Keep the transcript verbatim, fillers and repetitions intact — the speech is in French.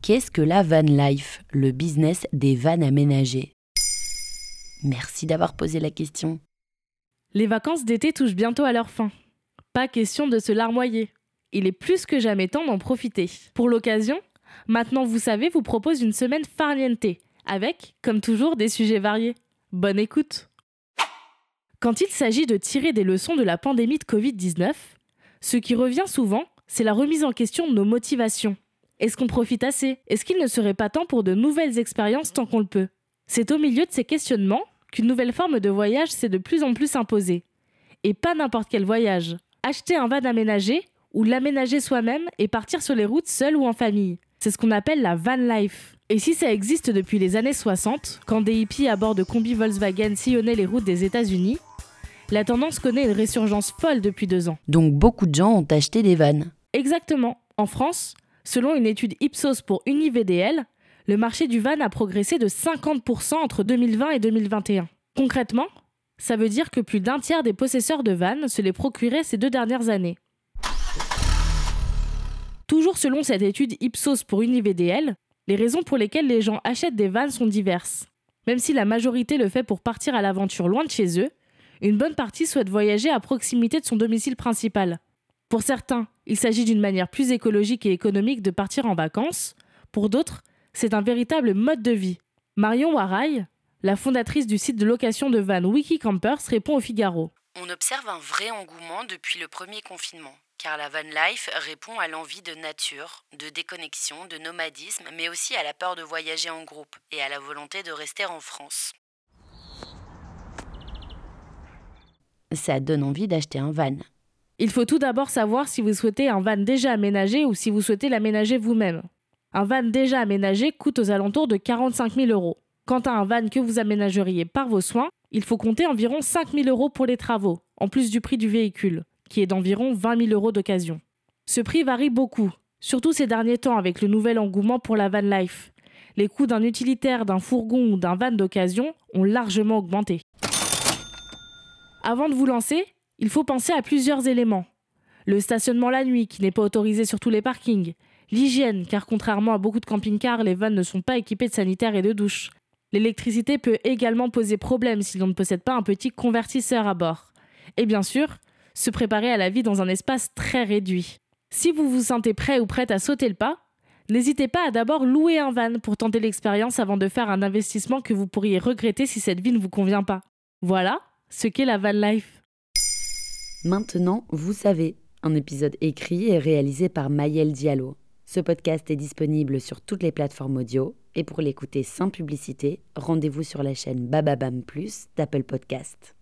Qu'est-ce que la van life, le business des vannes aménagées ? Merci d'avoir posé la question. Les vacances d'été touchent bientôt à leur fin. Pas question de se larmoyer. Il est plus que jamais temps d'en profiter. Pour l'occasion, Maintenant vous savez vous propose une semaine farniente, avec, comme toujours, des sujets variés. Bonne écoute. Quand il s'agit de tirer des leçons de la pandémie de covid dix-neuf, ce qui revient souvent, c'est la remise en question de nos motivations. Est-ce qu'on profite assez ? Est-ce qu'il ne serait pas temps pour de nouvelles expériences tant qu'on le peut ? C'est au milieu de ces questionnements qu'une nouvelle forme de voyage s'est de plus en plus imposée. Et pas n'importe quel voyage. Acheter un van aménagé ou l'aménager soi-même et partir sur les routes seul ou en famille. C'est ce qu'on appelle la van life. Et si ça existe depuis les années soixante, quand des hippies à bord de combi Volkswagen sillonnaient les routes des États-Unis, la tendance connaît une résurgence folle depuis deux ans. Donc beaucoup de gens ont acheté des vannes. Exactement. En France, selon une étude Ipsos pour Univ-D L, le marché du van a progressé de cinquante pour cent entre deux mille vingt et deux mille vingt et un. Concrètement, ça veut dire que plus d'un tiers des possesseurs de vannes se les procuraient ces deux dernières années. Toujours selon cette étude Ipsos pour Univ-D L, les raisons pour lesquelles les gens achètent des vannes sont diverses. Même si la majorité le fait pour partir à l'aventure loin de chez eux, une bonne partie souhaite voyager à proximité de son domicile principal. Pour certains, il s'agit d'une manière plus écologique et économique de partir en vacances. Pour d'autres, c'est un véritable mode de vie. Marion Waraille, la fondatrice du site de location de vannes Wikicampers, répond au Figaro. On observe un vrai engouement depuis le premier confinement, car la van life répond à l'envie de nature, de déconnexion, de nomadisme, mais aussi à la peur de voyager en groupe et à la volonté de rester en France. Ça donne envie d'acheter un van. Il faut tout d'abord savoir si vous souhaitez un van déjà aménagé ou si vous souhaitez l'aménager vous-même. Un van déjà aménagé coûte aux alentours de quarante-cinq mille euros. Quant à un van que vous aménageriez par vos soins, il faut compter environ cinq mille euros pour les travaux, en plus du prix du véhicule, qui est d'environ vingt mille euros d'occasion. Ce prix varie beaucoup, surtout ces derniers temps avec le nouvel engouement pour la van life. Les coûts d'un utilitaire, d'un fourgon ou d'un van d'occasion ont largement augmenté. Avant de vous lancer, il faut penser à plusieurs éléments. Le stationnement la nuit, qui n'est pas autorisé sur tous les parkings. L'hygiène, car contrairement à beaucoup de camping-cars, les vannes ne sont pas équipés de sanitaires et de douches. L'électricité peut également poser problème si l'on ne possède pas un petit convertisseur à bord. Et bien sûr, se préparer à la vie dans un espace très réduit. Si vous vous sentez prêt ou prête à sauter le pas, n'hésitez pas à d'abord louer un van pour tenter l'expérience avant de faire un investissement que vous pourriez regretter si cette vie ne vous convient pas. Voilà ce qu'est la van life. Maintenant, vous savez, un épisode écrit et réalisé par Maëlle Diallo. Ce podcast est disponible sur toutes les plateformes audio et pour l'écouter sans publicité, rendez-vous sur la chaîne Bababam Plus d'Apple Podcast.